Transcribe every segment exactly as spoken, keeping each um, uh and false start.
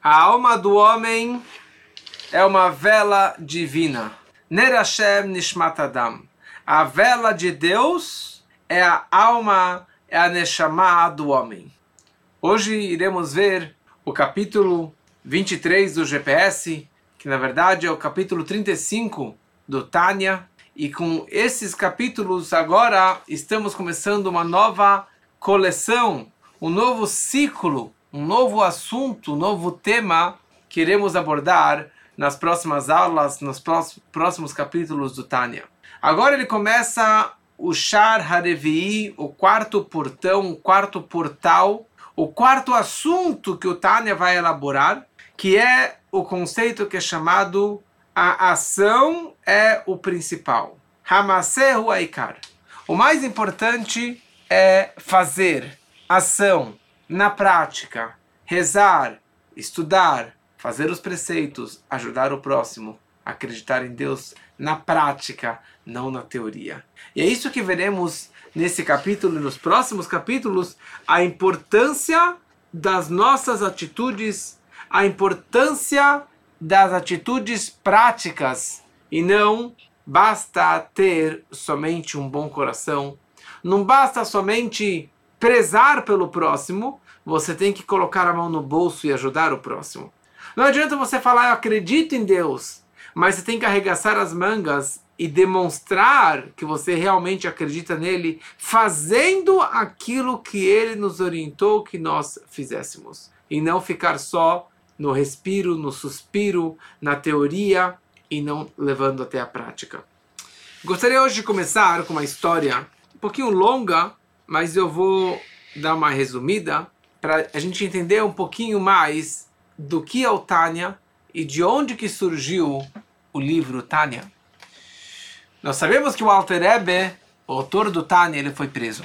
A alma do homem é uma vela divina. Ner Hashem Nishmat Adam. A vela de Deus é a alma, é a Neshama do homem. Hoje iremos ver o capítulo vinte e três do G P S, que na verdade é o capítulo trinta e cinco do Tânia. E com esses capítulos agora estamos começando uma nova coleção, um novo ciclo, um novo assunto, um novo tema que iremos abordar nas próximas aulas, nos próximos capítulos do Tânia. Agora ele começa o Shar HaRevi'i, o quarto portão, o quarto portal, o quarto assunto que o Tânia vai elaborar, que é o conceito que é chamado a ação é o principal. Hamaseh hu ha'ikar. O mais importante é fazer ação na prática, rezar, estudar, fazer os preceitos, ajudar o próximo, acreditar em Deus na prática, não na teoria. E é isso que veremos nesse capítulo e nos próximos capítulos, a importância das nossas atitudes, a importância das atitudes práticas, e não basta ter somente um bom coração, não basta somente prezar pelo próximo, você tem que colocar a mão no bolso e ajudar o próximo. Não adianta você falar, eu acredito em Deus, mas você tem que arregaçar as mangas e demonstrar que você realmente acredita nele, fazendo aquilo que ele nos orientou que nós fizéssemos. E não ficar só no respiro, no suspiro, na teoria e não levando até a prática. Gostaria hoje de começar com uma história um pouquinho longa, mas eu vou dar uma resumida para a gente entender um pouquinho mais do que é o Tânia e de onde que surgiu o livro Tânia. Nós sabemos que o Alter Rebbe, o autor do Tânia, ele foi preso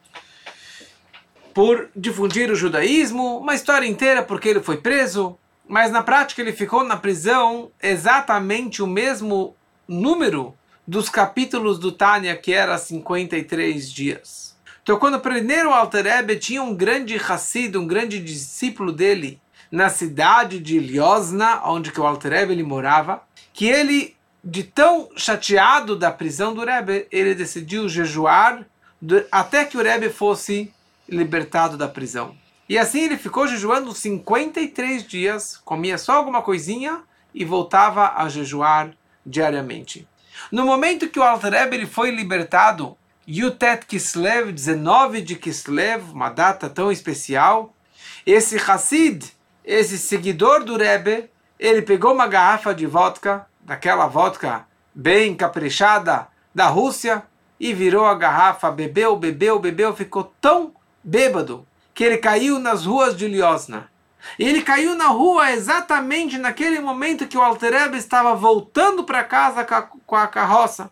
por difundir o judaísmo, uma história inteira porque ele foi preso, mas na prática ele ficou na prisão exatamente o mesmo número dos capítulos do Tânia, que era cinquenta e três dias. Então quando prenderam o Alter Rebbe, tinha um grande Hassid, um grande discípulo dele, na cidade de Liozna, onde que o Alter Rebbe ele morava, que ele, de tão chateado da prisão do Rebbe, ele decidiu jejuar até que o Rebbe fosse libertado da prisão. E assim ele ficou jejuando cinquenta e três dias, comia só alguma coisinha e voltava a jejuar diariamente. No momento que o Alter Rebbe ele foi libertado, Yutet Kislev, dezenove de Kislev, uma data tão especial, esse Hassid, esse seguidor do Rebbe, ele pegou uma garrafa de vodka, daquela vodka bem caprichada da Rússia, e virou a garrafa, bebeu, bebeu, bebeu, ficou tão bêbado que ele caiu nas ruas de Liozna. E ele caiu na rua exatamente naquele momento que o Alter Rebbe estava voltando para casa com a carroça.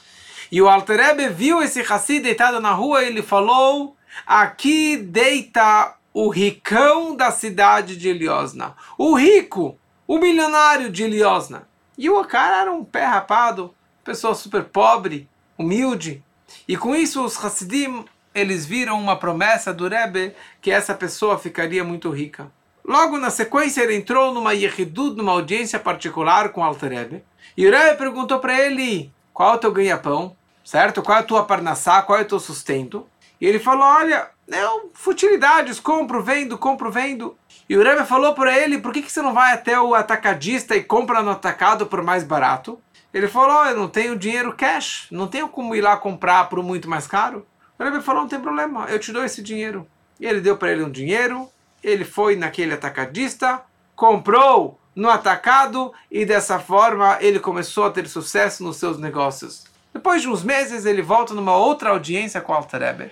E o Alter Rebbe viu esse Hassid deitado na rua e ele falou: aqui deita o ricão da cidade de Liozna, o rico, o milionário de Liozna. E o cara era um pé rapado, pessoa super pobre, humilde. E com isso os Hassidim, eles viram uma promessa do Rebbe que essa pessoa ficaria muito rica. Logo na sequência ele entrou numa yechidut, numa audiência particular com o Alter Rebbe. E o Rebbe perguntou para ele, qual é o teu ganha-pão? Certo? Qual é a tua parnassá? Qual é o teu sustento? E ele falou, olha, não, futilidades, compro, vendo, compro, vendo. E o Rebbe falou para ele, por que, que você não vai até o atacadista e compra no atacado por mais barato? Ele falou, oh, eu não tenho dinheiro cash, não tenho como ir lá comprar por muito mais caro. O Rebbe falou, não tem problema, eu te dou esse dinheiro. E ele deu para ele um dinheiro, ele foi naquele atacadista, comprou no atacado e dessa forma ele começou a ter sucesso nos seus negócios. Depois de uns meses ele volta numa outra audiência com o Alter Rebbe.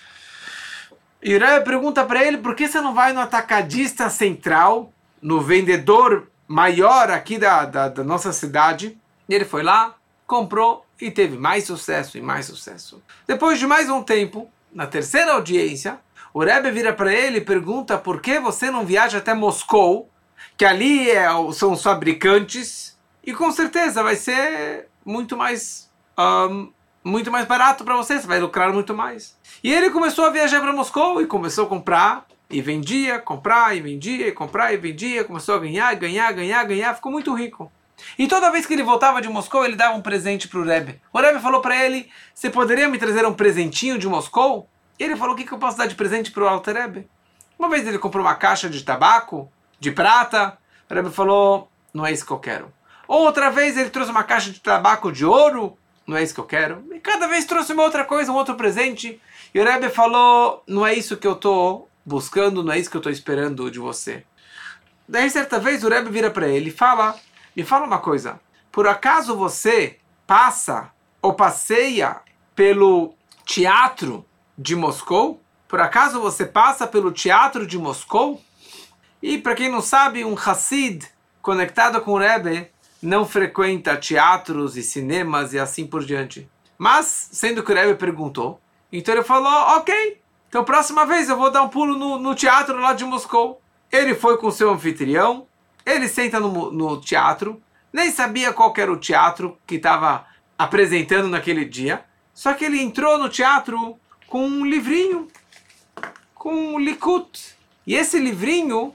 E o Rebbe pergunta para ele, por que você não vai no atacadista central, no vendedor maior aqui da, da, da nossa cidade? E ele foi lá, comprou e teve mais sucesso e mais sucesso. Depois de mais um tempo, na terceira audiência, o Rebbe vira para ele e pergunta por que você não viaja até Moscou, que ali é, são os fabricantes, e com certeza vai ser muito mais, um, muito mais barato para você, você vai lucrar muito mais. E ele começou a viajar para Moscou e começou a comprar e vendia, comprar e vendia, e comprar e vendia, começou a ganhar, ganhar, ganhar, ganhar, ficou muito rico. E toda vez que ele voltava de Moscou, ele dava um presente para o Rebbe. O Rebbe falou para ele, você poderia me trazer um presentinho de Moscou? E ele falou, o que, que eu posso dar de presente para o Alter Rebbe? Uma vez ele comprou uma caixa de tabaco, de prata, o Rebbe falou, não é isso que eu quero. Outra vez ele trouxe uma caixa de tabaco de ouro, não é isso que eu quero. E cada vez trouxe uma outra coisa, um outro presente. E o Rebbe falou, não é isso que eu estou buscando, não é isso que eu estou esperando de você. Daí certa vez o Rebbe vira para ele e fala, me fala uma coisa, por acaso você passa ou passeia pelo teatro de Moscou? Por acaso você passa pelo teatro de Moscou? E para quem não sabe, um Hassid conectado com o Rebbe não frequenta teatros e cinemas e assim por diante. Mas, sendo que o Rebbe perguntou, então ele falou, ok, então próxima vez eu vou dar um pulo no, no teatro lá de Moscou. Ele foi com seu anfitrião, ele senta no, no teatro, nem sabia qual era o teatro que estava apresentando naquele dia, só que ele entrou no teatro com um livrinho, com um Likut. E esse livrinho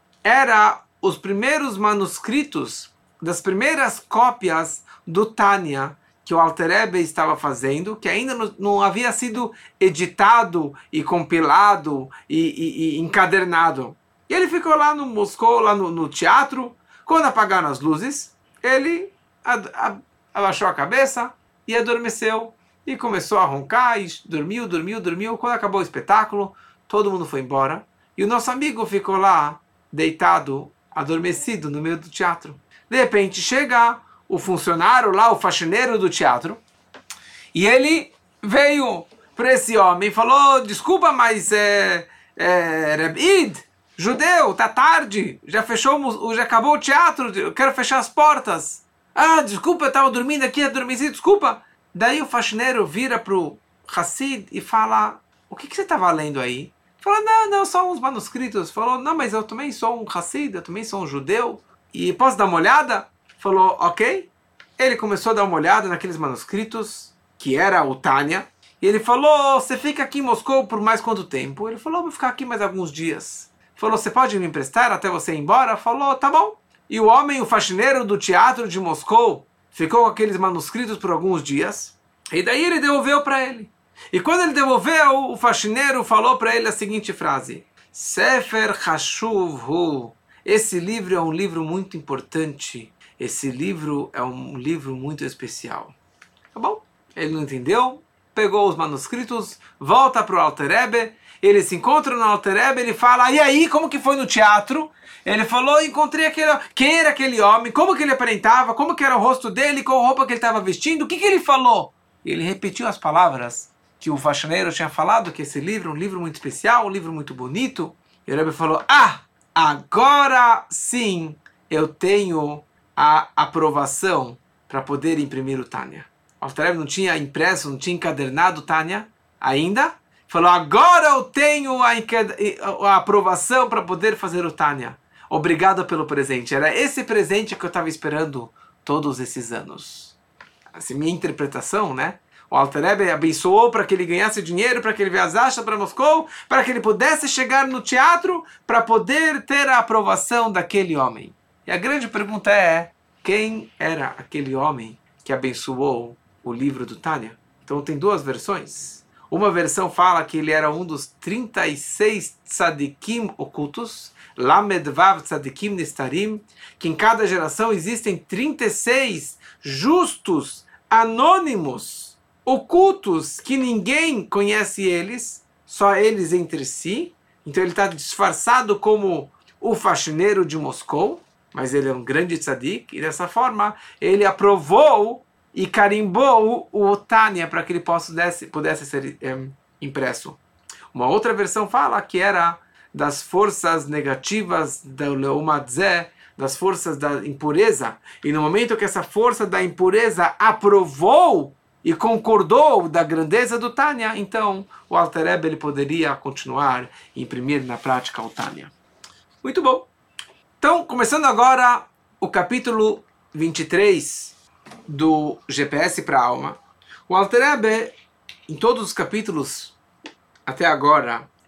era os primeiros manuscritos das primeiras cópias do Tânia que o Alter Rebbe estava fazendo, que ainda não, não havia sido editado e compilado e, e, e encadernado. E ele ficou lá no Moscou, lá no, no teatro. Quando apagaram as luzes, ele a, a, abaixou a cabeça e adormeceu. E começou a roncar, e dormiu, dormiu, dormiu. Quando acabou o espetáculo, todo mundo foi embora. E o nosso amigo ficou lá, deitado, adormecido no meio do teatro. De repente chega o funcionário lá, o faxineiro do teatro, e ele veio para esse homem e falou, desculpa, mas é, é Rebbe, judeu, tá tarde, já fechou, já acabou o teatro, eu quero fechar as portas. Ah, desculpa, eu estava dormindo aqui, adormeci, desculpa. Daí o faxineiro vira pro Hassid e fala, o que, que você estava lendo aí? Fala, não, não, só uns manuscritos. Falou, não, mas eu também sou um Hassid, eu também sou um judeu, e posso dar uma olhada? Falou, ok. Ele começou a dar uma olhada naqueles manuscritos, que era o Tânia, e ele falou, você fica aqui em Moscou por mais quanto tempo? Ele falou, vou ficar aqui mais alguns dias. Falou, você pode me emprestar até você ir embora? Falou, tá bom. E o homem, o faxineiro do teatro de Moscou, ficou com aqueles manuscritos por alguns dias, e daí ele devolveu para ele. E quando ele devolveu, o faxineiro falou para ele a seguinte frase, Sefer Hashuv Hu, esse livro é um livro muito importante, esse livro é um livro muito especial. Tá bom? Ele não entendeu, pegou os manuscritos, volta para o Alter Rebbe, ele se encontra no Alter Rebbe, ele fala, e aí, como que foi no teatro? Ele falou, encontrei aquele... Quem era aquele homem? Como que ele aparentava? Como que era o rosto dele? Qual roupa que ele estava vestindo? O que que ele falou? E ele repetiu as palavras que o faxineiro tinha falado, que esse livro é um livro muito especial, um livro muito bonito. E o Rebbe falou, ah, agora sim eu tenho a aprovação para poder imprimir o Tânia. O Alter Rebbe não tinha impresso, não tinha encadernado o Tânia ainda. Falou, agora eu tenho a, a aprovação para poder fazer o Tânia. Obrigado pelo presente. Era esse presente que eu estava esperando todos esses anos. Essa é minha interpretação, né? O Alter Rebbe abençoou para que ele ganhasse dinheiro, para que ele viajasse para Moscou, para que ele pudesse chegar no teatro, para poder ter a aprovação daquele homem. E a grande pergunta é, quem era aquele homem que abençoou o livro do Tânia? Então tem duas versões. Uma versão fala que ele era um dos trinta e seis tzadikim ocultos, Lamed Vav tzadikim nestarim, que em cada geração existem trinta e seis justos, anônimos, ocultos, que ninguém conhece eles, só eles entre si. Então ele está disfarçado como o faxineiro de Moscou, mas ele é um grande tzadik, e dessa forma ele aprovou e carimbou o Tânia para que ele pudesse, pudesse ser é, impresso. Uma outra versão fala que era das forças negativas do Leumatzé, das forças da impureza, e no momento que essa força da impureza aprovou e concordou da grandeza do Tânia, então o Alter Rebbe ele poderia continuar a imprimir na prática o Tânia. Muito bom. Então, começando agora o capítulo vinte e três do G P S para a Alma. O Alter Rebbe, em todos os capítulos até agora,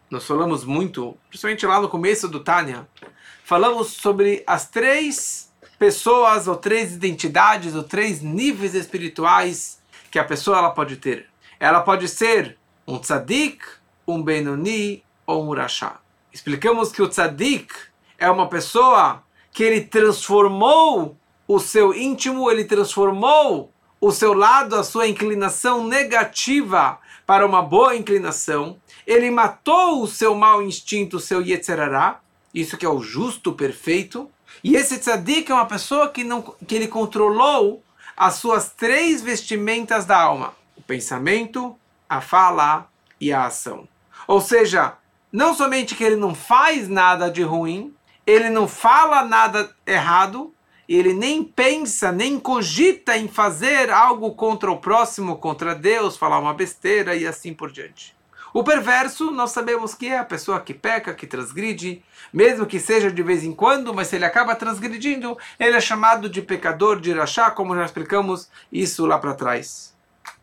nós falamos muito, principalmente lá no começo do Tânia, falamos sobre as três pessoas, ou três identidades, ou três níveis espirituais que a pessoa ela pode ter. Ela pode ser um tzadik, um benoni ou um rachá. Explicamos que o tzadik é uma pessoa que ele transformou o seu íntimo, ele transformou o seu lado, a sua inclinação negativa para uma boa inclinação. Ele matou o seu mau instinto, o seu yetzer hara, isso que é o justo, perfeito. E esse tzadik é uma pessoa que, não, que ele controlou as suas três vestimentas da alma: o pensamento, a fala e a ação. Ou seja, não somente que ele não faz nada de ruim, ele não fala nada errado, ele nem pensa, nem cogita em fazer algo contra o próximo, contra Deus, falar uma besteira e assim por diante. O perverso, nós sabemos que é a pessoa que peca, que transgride, mesmo que seja de vez em quando, mas se ele acaba transgredindo, ele é chamado de pecador, de rachá, como já explicamos isso lá para trás.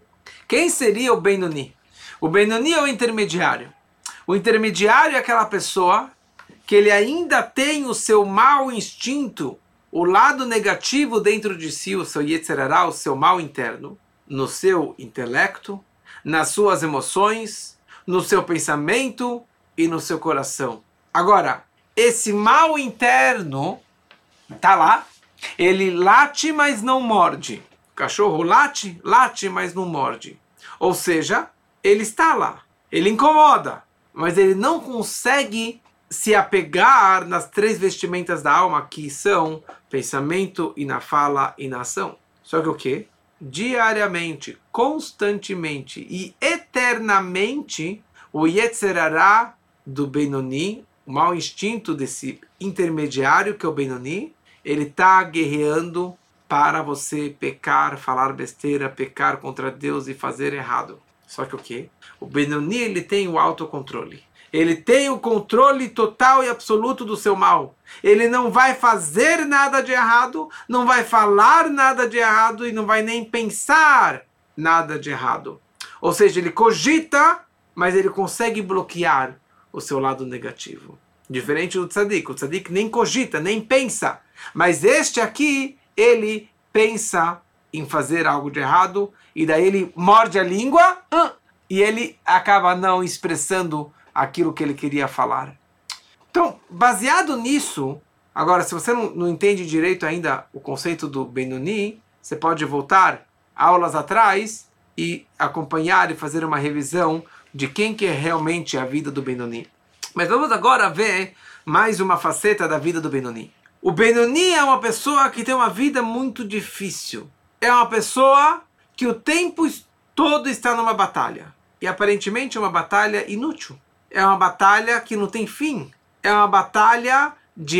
Quem seria o Benoni? O Benoni é o intermediário. O intermediário é aquela pessoa que ele ainda tem o seu mau instinto, o lado negativo dentro de si, o seu yetzer hara, o seu mal interno, no seu intelecto, nas suas emoções, no seu pensamento e no seu coração. Agora, esse mal interno está lá, ele late, mas não morde. O cachorro late, late, mas não morde. Ou seja, ele está lá, ele incomoda, mas ele não consegue se apegar nas três vestimentas da alma, que são pensamento e na fala e na ação. Só que o quê? Diariamente, constantemente e eternamente, o yetzer hara do Benoni, o mau instinto desse intermediário que é o Benoni, ele está guerreando para você pecar, falar besteira, pecar contra Deus e fazer errado. Só que o quê? O Benoni, ele tem o autocontrole. Ele tem o controle total e absoluto do seu mal. Ele não vai fazer nada de errado, não vai falar nada de errado e não vai nem pensar nada de errado. Ou seja, ele cogita, mas ele consegue bloquear o seu lado negativo. Diferente do tzadik. O tzadik nem cogita, nem pensa. Mas este aqui, ele pensa em fazer algo de errado e daí ele morde a língua e ele acaba não expressando aquilo que ele queria falar. Então, baseado nisso, agora, se você não, não entende direito ainda o conceito do Benoni, você pode voltar aulas atrás e acompanhar e fazer uma revisão de quem que é realmente a vida do Benoni. Mas vamos agora ver mais uma faceta da vida do Benoni. O Benoni é uma pessoa que tem uma vida muito difícil. É uma pessoa que o tempo todo está numa batalha. E aparentemente é uma batalha inútil. É uma batalha que não tem fim. É uma batalha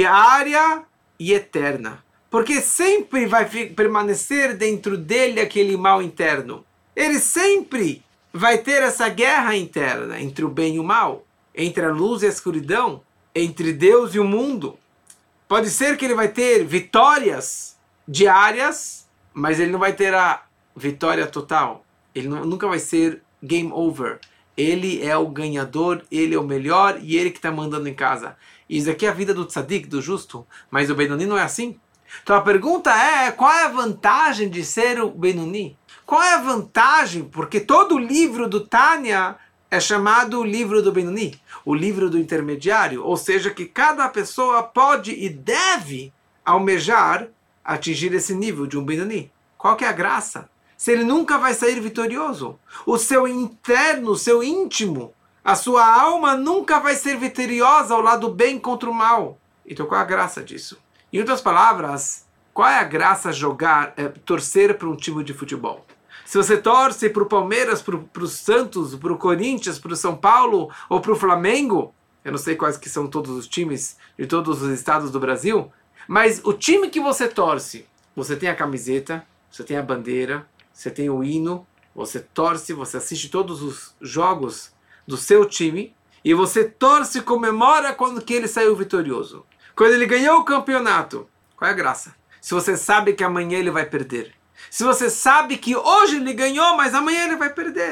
diária e eterna. Porque sempre vai permanecer dentro dele aquele mal interno. Ele sempre vai ter essa guerra interna entre o bem e o mal, entre a luz e a escuridão, entre Deus e o mundo. Pode ser que ele vai ter vitórias diárias, mas ele não vai ter a vitória total. Ele não, nunca vai ser game over. Ele é o ganhador, ele é o melhor e ele que está mandando em casa. Isso aqui é a vida do tzadik, do justo, mas o Benoni não é assim. Então a pergunta é, qual é a vantagem de ser o Benoni? Qual é a vantagem? Porque todo o livro do Tânia é chamado o livro do Benoni, o livro do intermediário, ou seja, que cada pessoa pode e deve almejar atingir esse nível de um Benoni. Qual que é a graça? Se ele nunca vai sair vitorioso. O seu interno, o seu íntimo, a sua alma nunca vai ser vitoriosa ao lado bem contra o mal. Então qual é a graça disso? Em outras palavras, qual é a graça jogar, é, torcer para um time de futebol? Se você torce para o Palmeiras, para o Santos, para o Corinthians, para o São Paulo ou para o Flamengo, eu não sei quais que são todos os times de todos os estados do Brasil, mas o time que você torce, você tem a camiseta, você tem a bandeira, você tem o hino, você torce, você assiste todos os jogos do seu time e você torce e comemora quando que ele saiu vitorioso. Quando ele ganhou o campeonato, qual é a graça? Se você sabe que amanhã ele vai perder. Se você sabe que hoje ele ganhou, mas amanhã ele vai perder.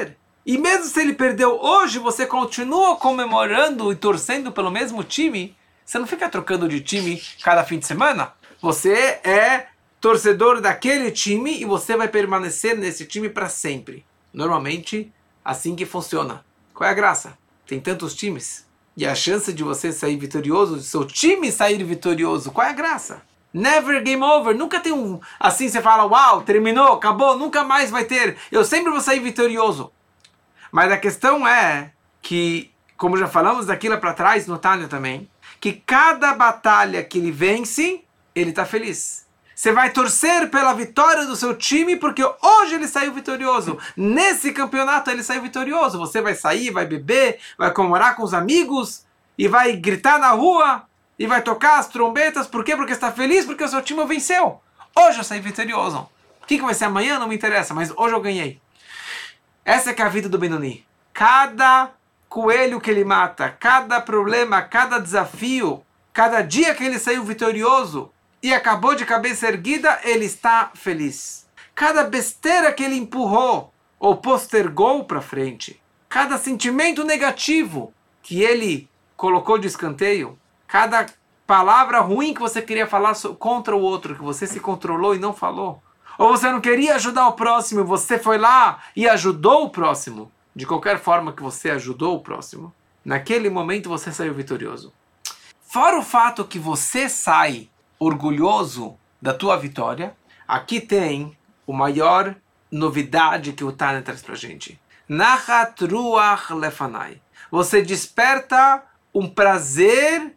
E mesmo se ele perdeu hoje, você continua comemorando e torcendo pelo mesmo time. Você não fica trocando de time cada fim de semana. Você é torcedor daquele time e você vai permanecer nesse time para sempre. Normalmente, assim que funciona. Qual é a graça? Tem tantos times. E a chance de você sair vitorioso, de seu time sair vitorioso, qual é a graça? Never game over. Nunca tem um... Assim você fala, uau, terminou, acabou, nunca mais vai ter. Eu sempre vou sair vitorioso. Mas a questão é que, como já falamos daqui lá para trás, no Tânia também, que cada batalha que ele vence, ele está feliz. Você vai torcer pela vitória do seu time porque hoje ele saiu vitorioso. Nesse campeonato ele saiu vitorioso. Você vai sair, vai beber, vai comemorar com os amigos e vai gritar na rua e vai tocar as trombetas. Por quê? Porque está feliz porque o seu time venceu. Hoje eu saí vitorioso. O que, que vai ser amanhã? Não me interessa, mas hoje eu ganhei. Essa é que é a vida do Benoni. Cada coelho que ele mata, cada problema, cada desafio, cada dia que ele saiu vitorioso e acabou de cabeça erguida, ele está feliz. Cada besteira que ele empurrou ou postergou para frente, cada sentimento negativo que ele colocou de escanteio, cada palavra ruim que você queria falar contra o outro, que você se controlou e não falou, ou você não queria ajudar o próximo, você foi lá e ajudou o próximo. De qualquer forma que você ajudou o próximo, naquele momento você saiu vitorioso. Fora o fato que você sai orgulhoso da tua vitória, aqui tem a maior novidade que o Tânia traz pra gente. Nachat ruach lefanai. Você desperta um prazer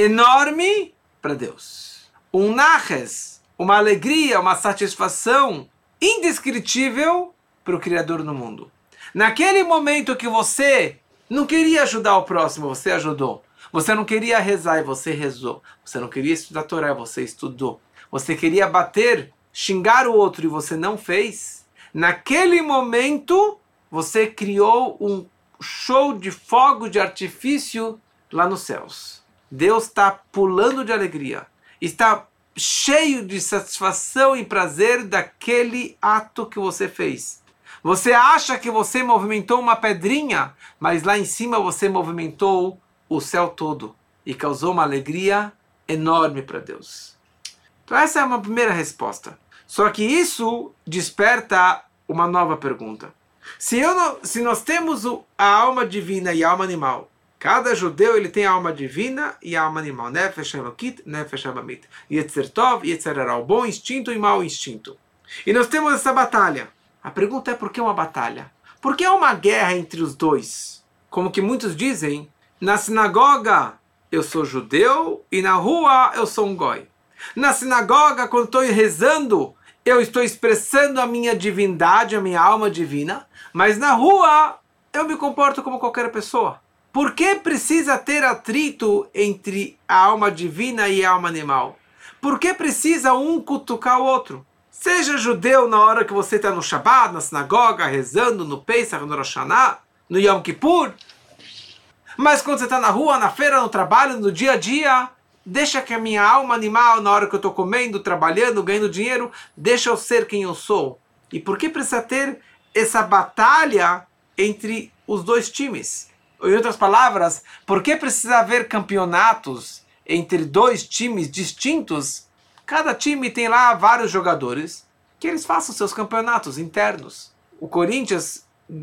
enorme para Deus. Um naches, uma alegria, uma satisfação indescritível para o Criador do mundo. Naquele momento que você não queria ajudar o próximo, você ajudou. Você não queria rezar e você rezou. Você não queria estudar a Torá, você estudou. Você queria bater, xingar o outro e você não fez. Naquele momento, você criou um show de fogo de artifício lá nos céus. Deus está pulando de alegria. Está cheio de satisfação e prazer daquele ato que você fez. Você acha que você movimentou uma pedrinha, mas lá em cima você movimentou o céu todo e causou uma alegria enorme para Deus. Então essa é uma primeira resposta. Só que isso desperta uma nova pergunta. Se, eu não, se nós temos a alma divina e a alma animal, cada judeu ele tem a alma divina e a alma animal. Nefesh Elokit, Nefesh Abamit. Yetzer Tov, Yetzer Hara. O bom instinto e o mau instinto. E nós temos essa batalha. A pergunta é por que uma batalha? Por que há uma guerra entre os dois? Como que muitos dizem, na sinagoga eu sou judeu e na rua eu sou um goi. Na sinagoga, quando estou rezando, eu estou expressando a minha divindade, a minha alma divina, mas na rua eu me comporto como qualquer pessoa. Por que precisa ter atrito entre a alma divina e a alma animal? Por que precisa um cutucar o outro? Seja judeu na hora que você está no Shabbat, na sinagoga, rezando, no Pesach, no Rosh Hashanah, no Yom Kippur. Mas quando você está na rua, na feira, no trabalho, no dia a dia, deixa que a minha alma animal, na hora que eu estou comendo, trabalhando, ganhando dinheiro, deixa eu ser quem eu sou. E por que precisa ter essa batalha entre os dois times? Em outras palavras, por que precisa haver campeonatos entre dois times distintos? Cada time tem lá vários jogadores que eles façam seus campeonatos internos. O Corinthians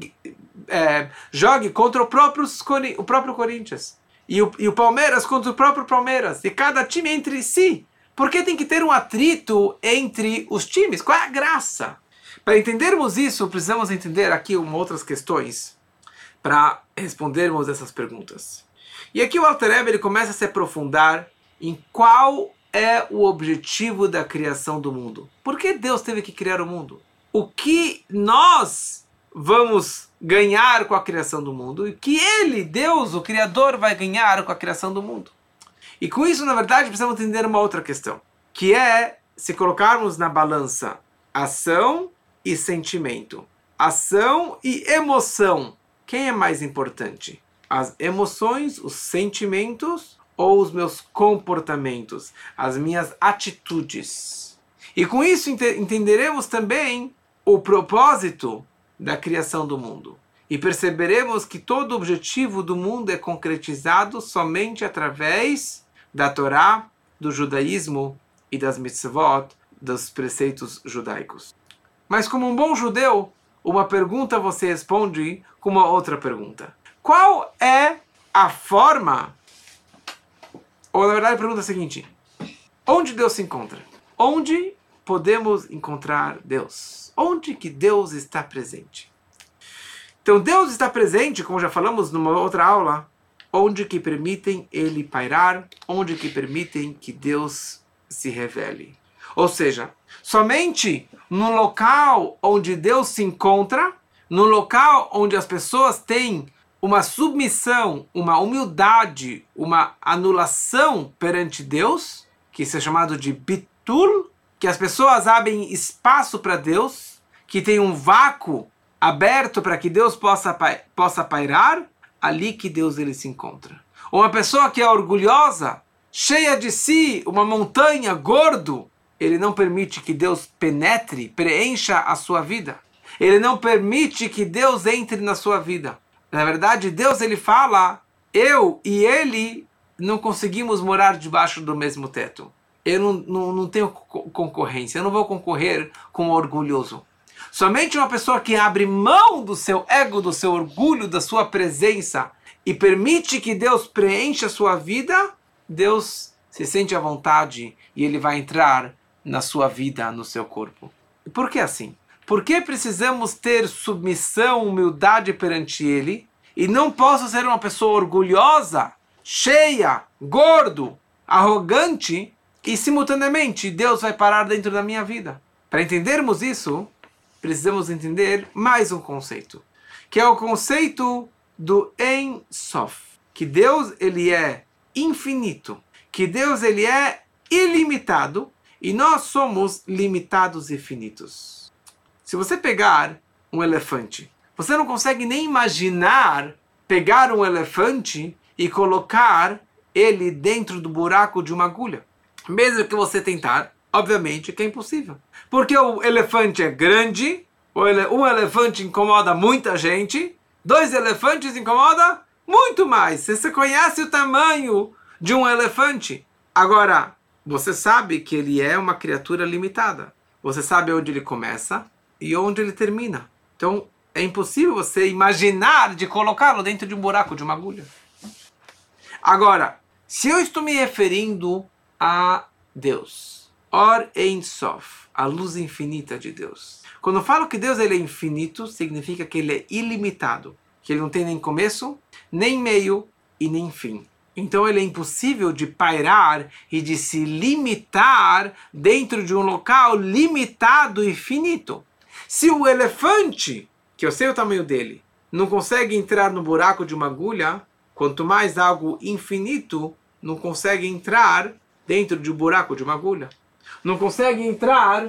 é, jogue contra o próprio, o próprio Corinthians. E o, e o Palmeiras contra o próprio Palmeiras. E cada time entre si. Por que tem que ter um atrito entre os times? Qual é a graça? Para entendermos isso, precisamos entender aqui uma, outras questões para respondermos essas perguntas. E aqui o Alter Rebbe, ele começa a se aprofundar em qual é o objetivo da criação do mundo. Por que Deus teve que criar o mundo? O que nós vamos ganhar com a criação do mundo? E o que Ele, Deus, o Criador, vai ganhar com a criação do mundo? E com isso, na verdade, precisamos entender uma outra questão, que é se colocarmos na balança ação e sentimento. Ação e emoção. Quem é mais importante? As emoções, os sentimentos ou os meus comportamentos, as minhas atitudes? E com isso ent- entenderemos também o propósito da criação do mundo. e perceberemos que todo o objetivo do mundo é concretizado somente através da Torá, do judaísmo e das mitzvot, dos preceitos judaicos. Mas como um bom judeu, uma pergunta você responde com uma outra pergunta. Qual é a forma, ou na verdade a pergunta é a seguinte, onde Deus se encontra? Onde podemos encontrar Deus? Onde que Deus está presente? Então Deus está presente, como já falamos numa outra aula, onde que permitem Ele pairar, onde que permitem que Deus se revele. Ou seja, somente no local onde Deus se encontra, no local onde as pessoas têm uma submissão, uma humildade, uma anulação perante Deus, que isso é chamado de bitul, que as pessoas abrem espaço para Deus, que tem um vácuo aberto para que Deus possa, possa pairar, ali que Deus ele se encontra. Uma pessoa que é orgulhosa, cheia de si, uma montanha, gordo, ele não permite que Deus penetre, preencha a sua vida. Ele não permite que Deus entre na sua vida. Na verdade, Deus ele fala, eu e ele não conseguimos morar debaixo do mesmo teto. Eu não, não, não tenho concorrência, eu não vou concorrer com o orgulhoso. Somente uma pessoa que abre mão do seu ego, do seu orgulho, da sua presença e permite que Deus preencha a sua vida, Deus se sente à vontade e ele vai entrar na sua vida, no seu corpo. E por que assim? Por que precisamos ter submissão, humildade perante Ele e não posso ser uma pessoa orgulhosa, cheia, gordo, arrogante e simultaneamente Deus vai parar dentro da minha vida? Para entendermos isso, precisamos entender mais um conceito, que é o conceito do Ein Sof, que Deus ele é infinito, que Deus ele é ilimitado e nós somos limitados e finitos. Se você pegar um elefante, você não consegue nem imaginar pegar um elefante e colocar ele dentro do buraco de uma agulha. Mesmo que você tentar, obviamente que é impossível. Porque o elefante é grande, um elefante incomoda muita gente, dois elefantes incomoda muito mais. Você conhece o tamanho de um elefante. Agora, você sabe que ele é uma criatura limitada. Você sabe onde ele começa e onde ele termina. Então, é impossível você imaginar de colocá-lo dentro de um buraco, de uma agulha. Agora, se eu estou me referindo a Deus, Or Ein Sof, a luz infinita de Deus. Quando eu falo que Deus ele é infinito, significa que ele é ilimitado. Que ele não tem nem começo, nem meio e nem fim. Então ele é impossível de pairar e de se limitar dentro de um local limitado e finito. Se o elefante, que eu sei o tamanho dele, não consegue entrar no buraco de uma agulha, quanto mais algo infinito não consegue entrar dentro de um buraco de uma agulha. Não consegue entrar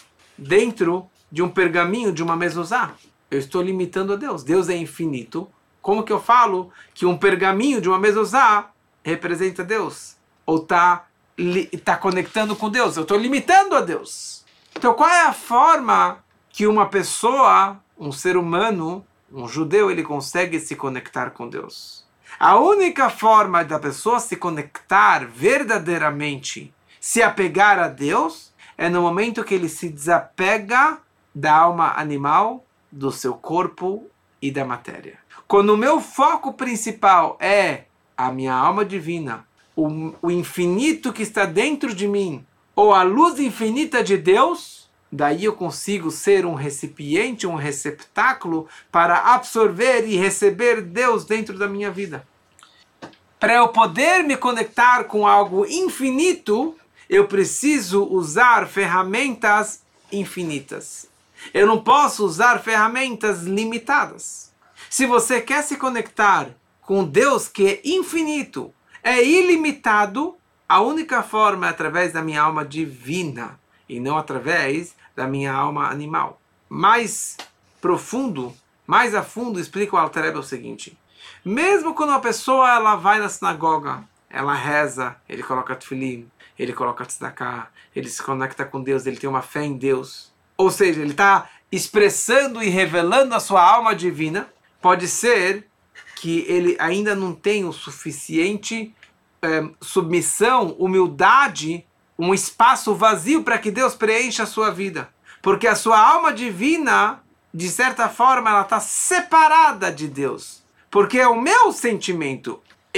dentro de um pergaminho de uma mezuzá. Eu estou limitando a Deus. Deus é infinito. Como que eu falo que um pergaminho de uma mezuzá representa Deus? Ou está tá conectando com Deus? Eu estou limitando a Deus. Então qual é a forma que uma pessoa, um ser humano, um judeu, ele consegue se conectar com Deus? A única forma da pessoa se conectar verdadeiramente, se apegar a Deus, é no momento que ele se desapega da alma animal, do seu corpo e da matéria. Quando o meu foco principal é a minha alma divina, o, o infinito que está dentro de mim, ou a luz infinita de Deus, daí eu consigo ser um recipiente, um receptáculo para absorver e receber Deus dentro da minha vida. Para eu poder me conectar com algo infinito, eu preciso usar ferramentas infinitas. Eu não posso usar ferramentas limitadas. Se você quer se conectar com Deus que é infinito, é ilimitado, a única forma é através da minha alma divina e não através da minha alma animal. Mais profundo, mais a fundo, explica o Alter Rebbe o seguinte. Mesmo quando uma pessoa ela vai na sinagoga, ela reza, ele coloca tefilim, ele coloca tzedakah, ele se conecta com Deus, ele tem uma fé em Deus. Ou seja, ele está expressando e revelando a sua alma divina. pode ser que ele ainda não tem o suficiente é, submissão, humildade, um espaço vazio para que Deus preencha a sua vida. Porque a sua alma divina, de certa forma, ela está separada de Deus. Porque é o meu sentimento.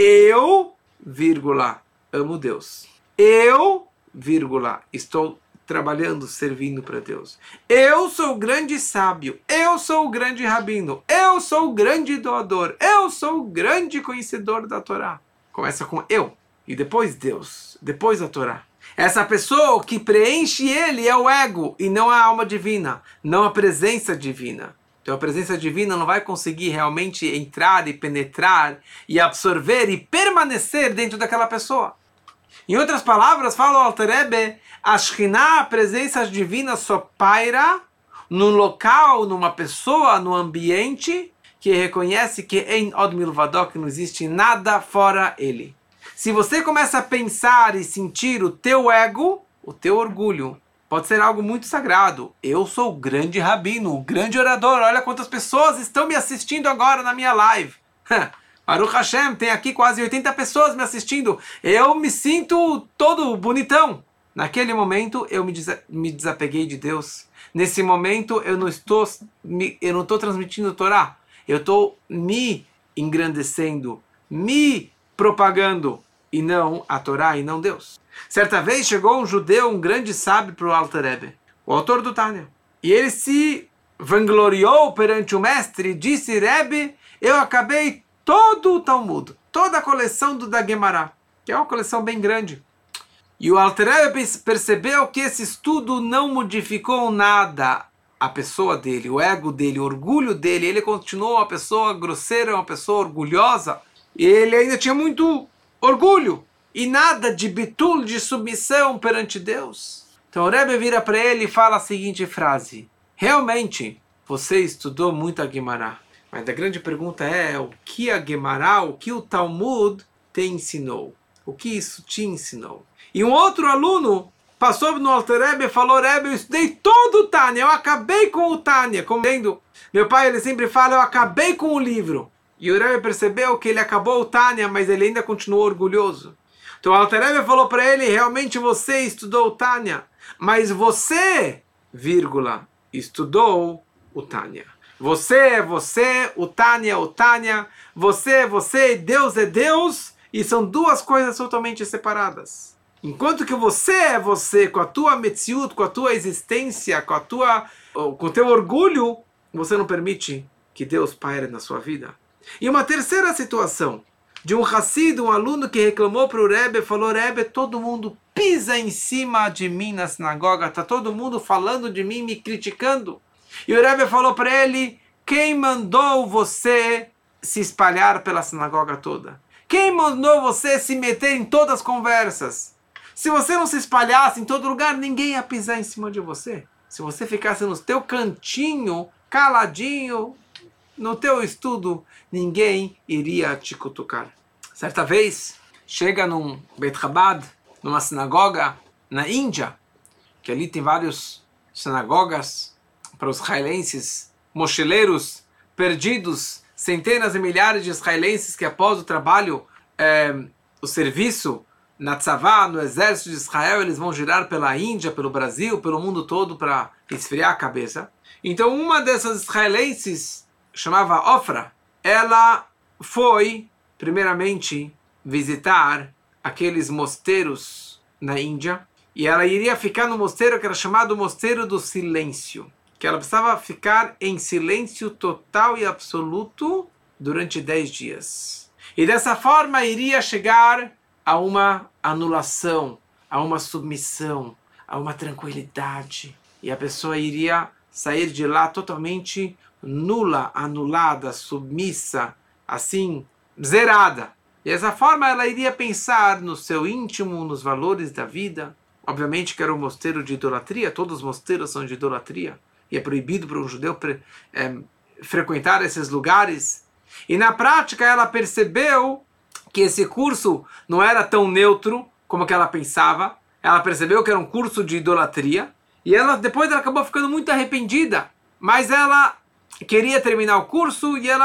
Eu, vírgula, amo Deus. Eu, vírgula, estou trabalhando, servindo para Deus. Eu sou o grande sábio. Eu sou o grande rabino. Eu sou o grande doador. Eu sou o grande conhecedor da Torá. Começa com eu. E depois Deus. Depois a Torá. Essa pessoa que preenche ele é o ego e não a alma divina. Não a presença divina. Então a presença divina não vai conseguir realmente entrar e penetrar e absorver e permanecer dentro daquela pessoa. Em outras palavras, fala o Alter Rebbe, a Shekhinah, a presença divina, só paira num local, numa pessoa, num ambiente que reconhece que em Od Milvado, que não existe nada fora ele. Se você começa a pensar e sentir o teu ego, o teu orgulho, pode ser algo muito sagrado. Eu sou o grande rabino, o grande orador. Olha quantas pessoas estão me assistindo agora na minha live. Baruch Hashem, tem aqui quase oitenta pessoas me assistindo. Eu me sinto todo bonitão. Naquele momento, eu me, desa- me desapeguei de Deus. Nesse momento, eu não estou, me, eu não estou transmitindo Torá. Eu estou me engrandecendo, me propagando, e não a Torá, e não Deus. Certa vez, chegou um judeu, um grande sábio para o Alter Rebbe, o autor do Tânia. E ele se vangloriou perante o mestre e disse, Rebbe, eu acabei todo o Talmud, toda a coleção do da Gemara, que é uma coleção bem grande. E o Alter Rebbe percebeu que esse estudo não modificou nada a pessoa dele, o ego dele, o orgulho dele. Ele continuou uma pessoa grosseira, uma pessoa orgulhosa. E ele ainda tinha muito orgulho. E nada de bitul, de submissão perante Deus. Então o Rebbe vira para ele e fala a seguinte frase. Realmente, você estudou muito a Gemara. Mas a grande pergunta é o que a Gemara, o que o Talmud te ensinou? O que isso te ensinou? E um outro aluno passou no Alter Rebbe e falou, Rebbe, eu estudei todo o Tânia, eu acabei com o Tânia. Como vendo, meu pai ele sempre fala, eu acabei com o livro. E o Rebbe percebeu que ele acabou o Tânia, mas ele ainda continuou orgulhoso. Então o Alter Rebbe falou para ele, realmente você estudou o Tânia, mas você, vírgula, estudou o Tânia. Você é você, o Tânia é o Tânia, você é você, Deus é Deus, e são duas coisas totalmente separadas. Enquanto que você é você, com a tua metziut, com a tua existência, com a tua, com o teu orgulho, você não permite que Deus paire na sua vida. E uma terceira situação, de um Hassid, um aluno que reclamou para o Rebbe, falou, Rebbe, todo mundo pisa em cima de mim na sinagoga, está todo mundo falando de mim, me criticando. E o Rebbe falou para ele, quem mandou você se espalhar pela sinagoga toda? Quem mandou você se meter em todas as conversas? Se você não se espalhasse em todo lugar, ninguém ia pisar em cima de você. Se você ficasse no teu cantinho, caladinho, no teu estudo, ninguém iria te cutucar. Certa vez, chega num Beit Chabad, numa sinagoga na Índia, que ali tem várias sinagogas para os israelenses, mochileiros, perdidos, centenas e milhares de israelenses que após o trabalho, é, o serviço na Tzavá, no exército de Israel, eles vão girar pela Índia, pelo Brasil, pelo mundo todo para esfriar a cabeça. Então uma dessas israelenses, chamava Ofra, ela foi, primeiramente, visitar aqueles mosteiros na Índia, e ela iria ficar no mosteiro que era chamado Mosteiro do Silêncio, que ela precisava ficar em silêncio total e absoluto durante dez dias. E dessa forma iria chegar a uma anulação, a uma submissão, a uma tranquilidade. E a pessoa iria sair de lá totalmente nula, anulada, submissa, assim, zerada. E dessa forma ela iria pensar no seu íntimo, nos valores da vida. Obviamente que era um mosteiro de idolatria, todos os mosteiros são de idolatria. E é proibido para um judeu é, frequentar esses lugares. E na prática ela percebeu que esse curso não era tão neutro como que ela pensava. Ela percebeu que era um curso de idolatria. E ela depois ela acabou ficando muito arrependida. Mas ela queria terminar o curso e ela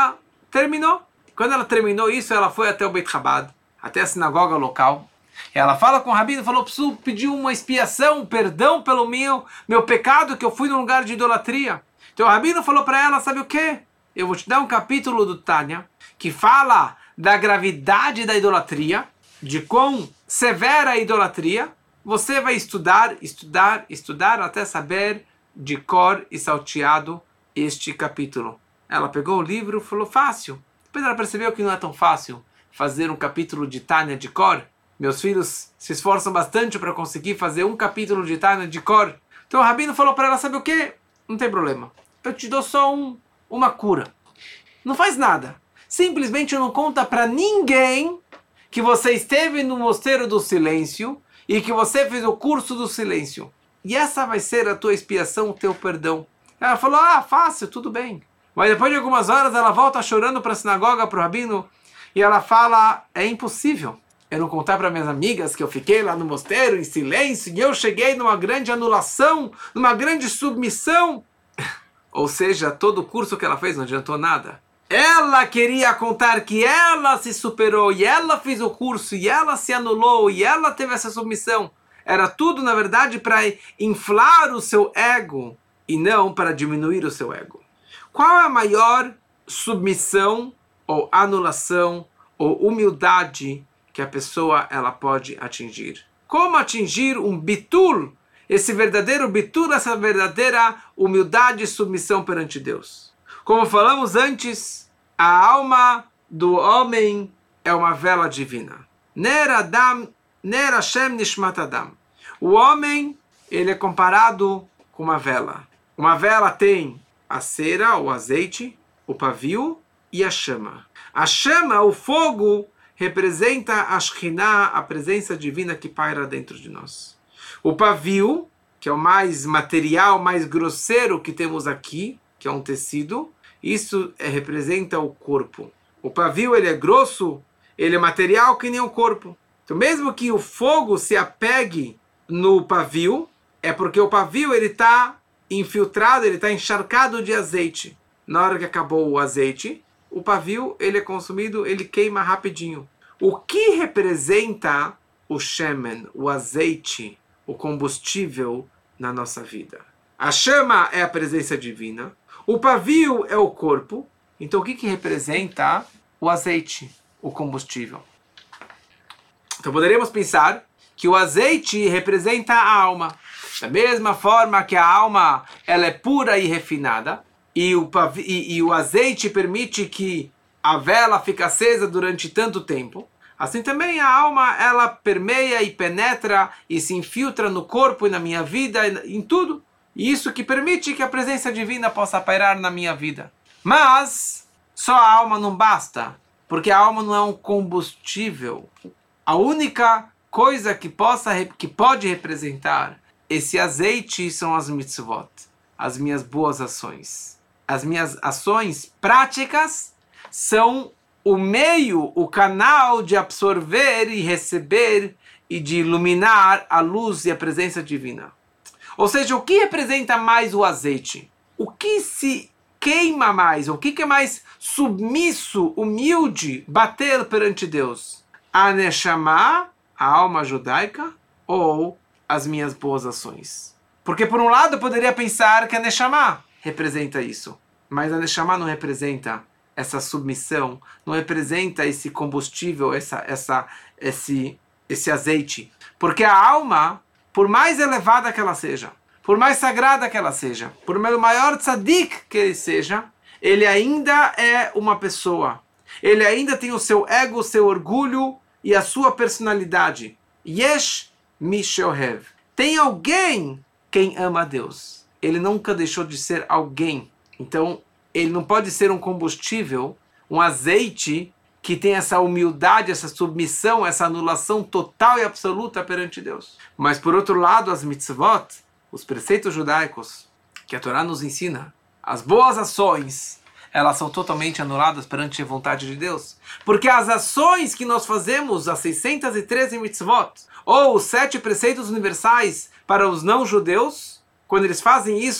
Terminou. Quando ela terminou isso, ela foi até o Beit Chabad, até a sinagoga local. Ela fala com o rabino, falou, preciso pedir uma expiação, um perdão pelo meu, meu pecado, que eu fui num lugar de idolatria. Então o rabino falou para ela, sabe o quê? Eu vou te dar um capítulo do Tânia, que fala da gravidade da idolatria, de quão severa a idolatria. Você vai estudar, estudar, estudar, até saber de cor e salteado este capítulo. Ela pegou o livro e falou, fácil. Depois ela percebeu que não é tão fácil fazer um capítulo de Tânia de cor. Meus filhos se esforçam bastante para conseguir fazer um capítulo de Tânia de cor. Então o rabino falou para ela, sabe o quê? Não tem problema. Eu te dou só um, uma cura. Não faz nada. Simplesmente não conta para ninguém que você esteve no mosteiro do silêncio e que você fez o curso do silêncio. E essa vai ser a tua expiação, o teu perdão. Ela falou, ah, fácil, tudo bem. Mas depois de algumas horas ela volta chorando para a sinagoga, para o rabino, e ela fala, é impossível eu não contar para minhas amigas que eu fiquei lá no mosteiro em silêncio e eu cheguei numa grande anulação, numa grande submissão. Ou seja, todo o curso que ela fez não adiantou nada. Ela queria contar que ela se superou, e ela fez o curso, e ela se anulou, e ela teve essa submissão. Era tudo, na verdade, para inflar o seu ego, e não para diminuir o seu ego. Qual é a maior submissão, ou anulação, ou humildade que a pessoa ela pode atingir? Como atingir um bitul, esse verdadeiro bitul, essa verdadeira humildade e submissão perante Deus? Como falamos antes, a alma do homem é uma vela divina. Ner Adam, Ner Hashem Nishmat Adam. O homem, ele é comparado com uma vela. Uma vela tem a cera, o azeite, o pavio e a chama. A chama, o fogo, representa a Shekhinah, a presença divina que paira dentro de nós. O pavio, que é o mais material, mais grosseiro que temos aqui, que é um tecido, isso é, representa o corpo. O pavio, ele é grosso, ele é material que nem o corpo. Então, mesmo que o fogo se apegue no pavio, é porque o pavio ele está infiltrado, ele está encharcado de azeite. Na hora que acabou o azeite, o pavio ele é consumido, ele queima rapidinho. O que representa o shemen, o azeite, o combustível na nossa vida? A chama é a presença divina. O pavio é o corpo. Então o que, que representa o azeite, o combustível? Então poderíamos pensar que o azeite representa a alma. Da mesma forma que a alma ela é pura e refinada, e o, pavio, e, e o azeite permite que a vela fique acesa durante tanto tempo, assim também a alma ela permeia e penetra e se infiltra no corpo e na minha vida, em tudo. E isso que permite que a presença divina possa pairar na minha vida. Mas só a alma não basta, porque a alma não é um combustível. A única coisa que, possa, que pode representar esse azeite são as mitzvot, as minhas boas ações. As minhas ações práticas são o meio, o canal de absorver e receber e de iluminar a luz e a presença divina. Ou seja, o que representa mais o azeite? O que se queima mais? O que é mais submisso, humilde, bater perante Deus? A Neshama, a alma judaica, ou as minhas boas ações? Porque por um lado eu poderia pensar que a Neshama representa isso. Mas a Neshama não representa essa submissão, não representa esse combustível, essa, essa, esse, esse azeite. Porque a alma, por mais elevada que ela seja, por mais sagrada que ela seja, por maior tzadik que ele seja, ele ainda é uma pessoa. Ele ainda tem o seu ego, o seu orgulho e a sua personalidade. Yesh mi sheohev. Tem alguém quem ama a Deus. Ele nunca deixou de ser alguém. Então, ele não pode ser um combustível, um azeite que tem essa humildade, essa submissão, essa anulação total e absoluta perante Deus. Mas, por outro lado, as mitzvot, os preceitos judaicos, que a Torá nos ensina, as boas ações, elas são totalmente anuladas perante a vontade de Deus. Porque as ações que nós fazemos, as seiscentas e treze mitzvot, ou os sete preceitos universais para os não-judeus, quando eles fazem isso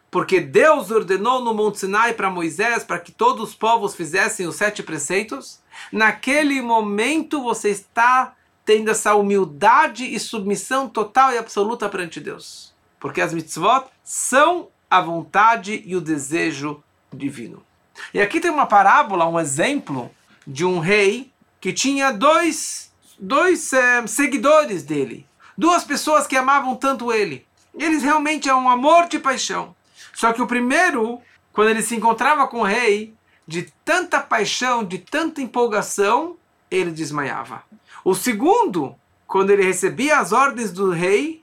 porque Deus ordenou no Monte Sinai para Moisés, para que todos os povos fizessem os sete preceitos, naquele momento você está tendo essa humildade e submissão total e absoluta perante Deus. Porque as mitzvot são a vontade e o desejo divino. E aqui tem uma parábola, um exemplo de um rei que tinha dois, dois é, seguidores dele. Duas pessoas que amavam tanto ele. Eles realmente é um amor de paixão. Só que o primeiro, quando ele se encontrava com o rei, de tanta paixão, de tanta empolgação, ele desmaiava. O segundo, quando ele recebia as ordens do rei,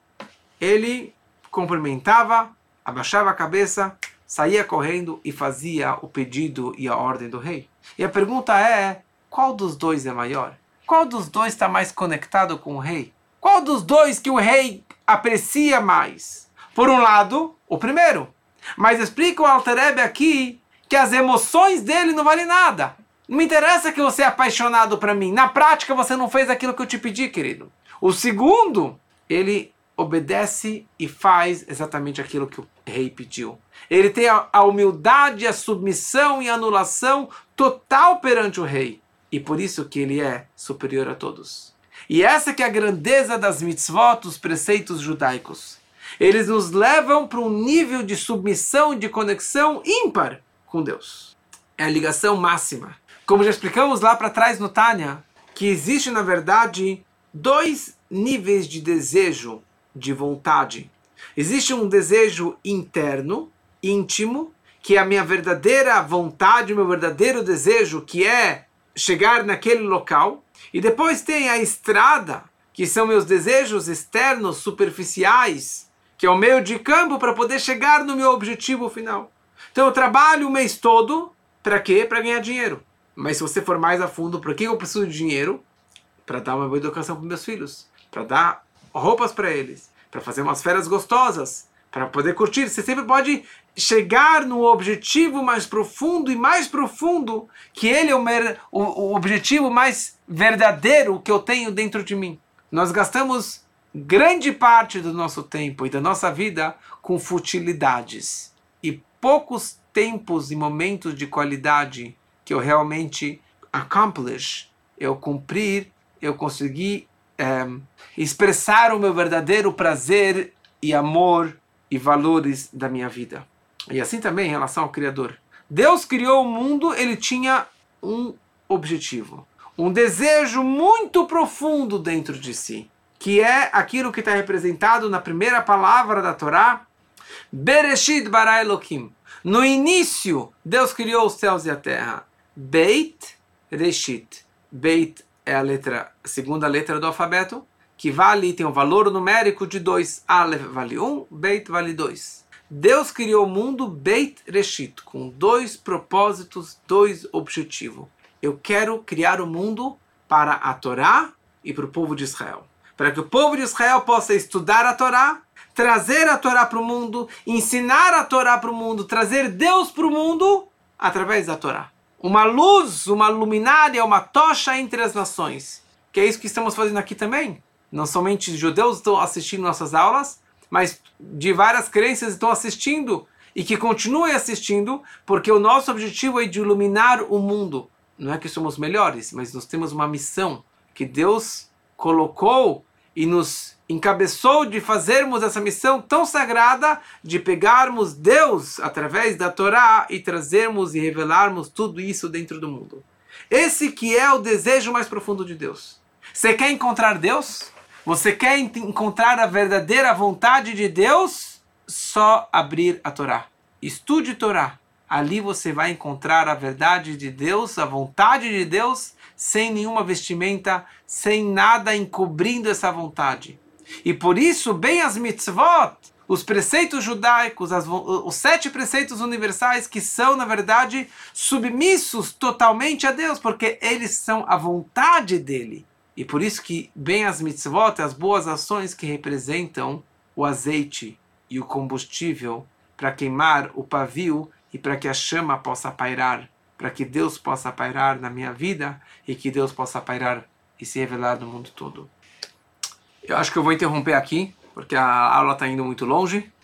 ele cumprimentava, abaixava a cabeça, saía correndo e fazia o pedido e a ordem do rei. E a pergunta é, qual dos dois é maior? Qual dos dois está mais conectado com o rei? Qual dos dois que o rei aprecia mais? Por um lado, o primeiro. Mas explica o Alter Rebbe aqui que as emoções dele não valem nada. Não me interessa que você é apaixonado por mim. Na prática, você não fez aquilo que eu te pedi, querido. O segundo, ele obedece e faz exatamente aquilo que o rei pediu. Ele tem a, a humildade, a submissão e a anulação total perante o rei. E por isso que ele é superior a todos. E essa que é a grandeza das mitzvot, dos preceitos judaicos. Eles nos levam para um nível de submissão e de conexão ímpar com Deus. É a ligação máxima. Como já explicamos lá para trás no Tânia, que existe na verdade dois níveis de desejo, de vontade. Existe um desejo interno, íntimo, que é a minha verdadeira vontade, o meu verdadeiro desejo, que é chegar naquele local. E depois tem a estrada, que são meus desejos externos, superficiais, que é o meio de campo para poder chegar no meu objetivo final. Então eu trabalho o mês todo, para quê? Para ganhar dinheiro. Mas se você for mais a fundo, por que eu preciso de dinheiro? Para dar uma boa educação para meus filhos, para dar roupas para eles, para fazer umas férias gostosas, para poder curtir. Você sempre pode chegar no objetivo mais profundo e mais profundo, que ele é o, mer- o, o objetivo mais verdadeiro que eu tenho dentro de mim. Nós gastamos grande parte do nosso tempo e da nossa vida com futilidades e poucos tempos e momentos de qualidade que eu realmente accomplish, eu cumprir, eu conseguir é, expressar o meu verdadeiro prazer e amor e valores da minha vida. E assim também em relação ao Criador. Deus criou o mundo, ele tinha um objetivo, um desejo muito profundo dentro de si, que é aquilo que está representado na primeira palavra da Torá, Bereshit bara Elokim. No início, Deus criou os céus e a terra. Beit Reshit. Beit é a letra, a segunda letra do alfabeto, que vale, tem um valor numérico de dois. Aleph vale um, Beit vale dois. Deus criou o mundo Beit Reshit, com dois propósitos, dois objetivos. Eu quero criar o mundo para a Torá e para o povo de Israel. Para que o povo de Israel possa estudar a Torá, trazer a Torá para o mundo, ensinar a Torá para o mundo, trazer Deus para o mundo através da Torá. Uma luz, uma luminária, uma tocha entre as nações. Que é isso que estamos fazendo aqui também. Não somente judeus estão assistindo nossas aulas, mas de várias crenças estão assistindo e que continuem assistindo, porque o nosso objetivo é de iluminar o mundo. Não é que somos melhores, mas nós temos uma missão que Deus colocou e nos encabeçou de fazermos essa missão tão sagrada de pegarmos Deus através da Torá e trazermos e revelarmos tudo isso dentro do mundo. Esse que é o desejo mais profundo de Deus. Você quer encontrar Deus? Você quer encontrar a verdadeira vontade de Deus? Só abrir a Torá. Estude Torá. Ali você vai encontrar a verdade de Deus, a vontade de Deus, sem nenhuma vestimenta, sem nada encobrindo essa vontade. E por isso, bem as mitzvot, os preceitos judaicos, as, os sete preceitos universais que são, na verdade, submissos totalmente a Deus, porque eles são a vontade dele. E por isso que bem as mitzvot, as boas ações que representam o azeite e o combustível para queimar o pavio e para que a chama possa pairar, para que Deus possa pairar na minha vida e que Deus possa pairar e se revelar no mundo todo. Eu acho que eu vou interromper aqui, porque a aula está indo muito longe.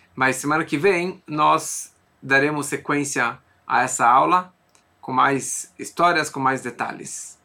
Mas semana que vem nós daremos sequência a essa aula com mais histórias, com mais detalhes.